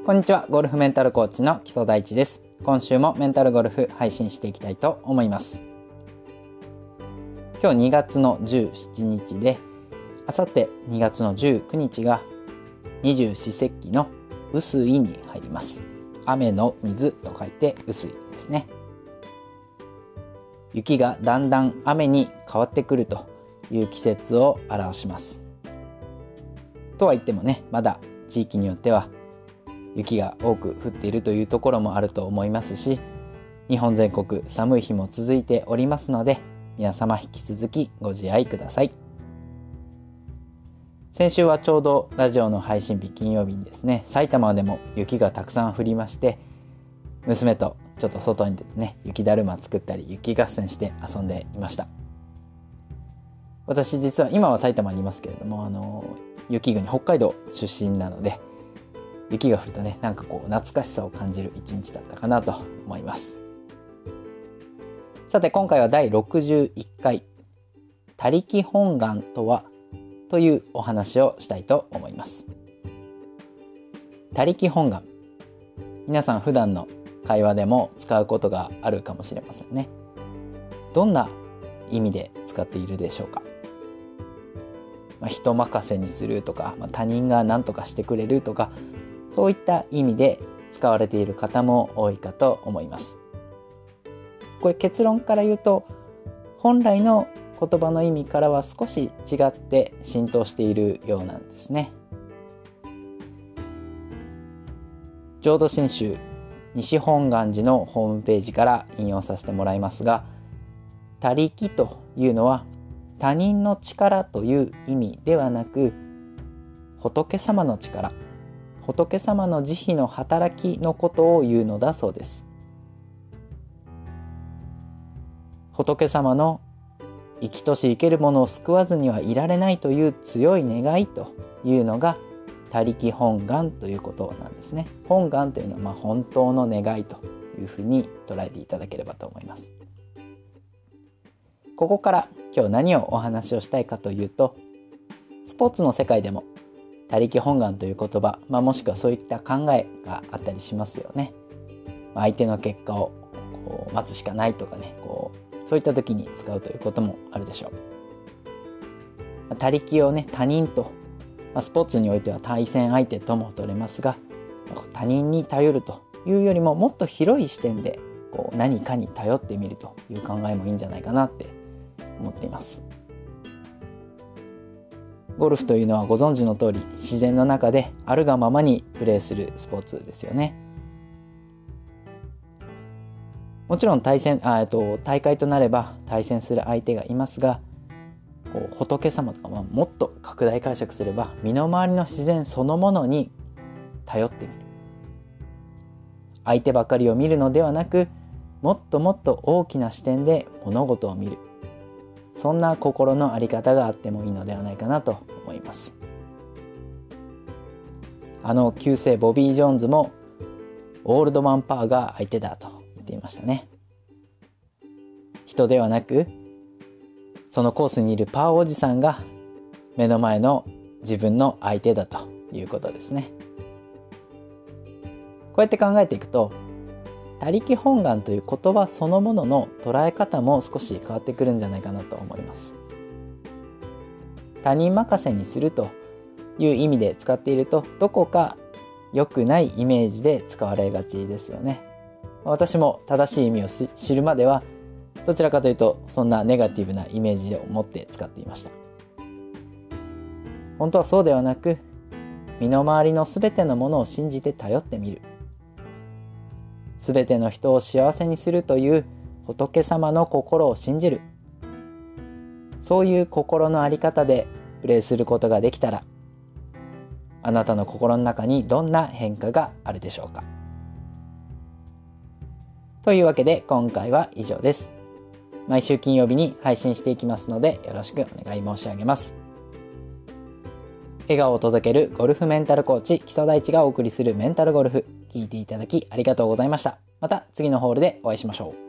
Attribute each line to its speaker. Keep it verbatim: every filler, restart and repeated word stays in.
Speaker 1: こんにちは、ゴルフメンタルコーチの木曽大地です。今週もメンタルゴルフ配信していきたいと思います。今日にがつのじゅうしちにちで、あさってにがつのじゅうくにちが二十四節気の雨水に入ります。雨の水と書いて雨水ですね。雪がだんだん雨に変わってくるという季節を表します。とは言ってもね、まだ地域によっては雪が多く降っているというところもあると思いますし、日本全国寒い日も続いておりますので、皆様引き続きご自愛ください。先週はちょうどラジオの配信日金曜日にですね、埼玉でも雪がたくさん降りまして、娘とちょっと外に出てね、雪だるま作ったり雪合戦して遊んでいました。私実は今は埼玉にいますけれども、あの雪国北海道出身なので、雪が降るとね、なんかこう懐かしさを感じる一日だったかなと思います。さて今回はだいろくじゅういっかい他力本願とはというお話をしたいと思います。他力本願、皆さん普段の会話でも使うことがあるかもしれませんね。どんな意味で使っているでしょうか。まあ、人任せにするとか、まあ、他人が何とかしてくれるとか、そういった意味で使われている方も多いかと思います。これ結論から言うと、本来の言葉の意味からは少し違って浸透しているようなんですね。浄土真宗西本願寺のホームページから引用させてもらいますが、他力というのは他人の力という意味ではなく、仏様の力、仏様の慈悲の働きのことを言うのだそうです。仏様の生きとし生けるものを救わずにはいられないという強い願いというのが他力本願ということなんですね。本願というのはまあ本当の願いというふうに捉えていただければと思います。ここから今日何をお話をしたいかというと、スポーツの世界でも他力本願という言葉、まあ、もしくはそういった考えがあったりしますよね。相手の結果をこう待つしかないとかね、こうそういった時に使うということもあるでしょう。他力をね、他人と、まあ、スポーツにおいては対戦相手とも取れますが、他人に頼るというよりももっと広い視点でこう何かに頼ってみるという考えもいいんじゃないかなって思っています。ゴルフというのはご存知の通り、自然の中であるがままにプレーするスポーツですよね。もちろん対戦あ、えっと、大会となれば対戦する相手がいますが、こう仏様とか、まあ、もっと拡大解釈すれば身の回りの自然そのものに頼ってみる。相手ばかりを見るのではなく、もっともっと大きな視点で物事を見る。そんな心の在り方があってもいいのではないかなと思います。あの旧姓ボビー・ジョーンズもオールドマンパーが相手だと言っていましたね。人ではなく、そのコースにいるパーおじさんが目の前の自分の相手だということですね。こうやって考えていくと、他力本願という言葉そのものの捉え方も少し変わってくるんじゃないかなと思います。他人任せにするという意味で使っていると、どこか良くないイメージで使われがちですよね。私も正しい意味を知るまでは、どちらかというとそんなネガティブなイメージを持って使っていました。本当はそうではなく、身の回りのすべてのものを信じて頼ってみる。すべての人を幸せにするという仏様の心を信じる。そういう心の在り方でプレーすることができたら、あなたの心の中にどんな変化があるでしょうか。というわけで今回は以上です。毎週金曜日に配信していきますので、よろしくお願い申し上げます。笑顔を届けるゴルフメンタルコーチ木曽大地がお送りするメンタルゴルフ、聞いていただきありがとうございました。また次のホールでお会いしましょう。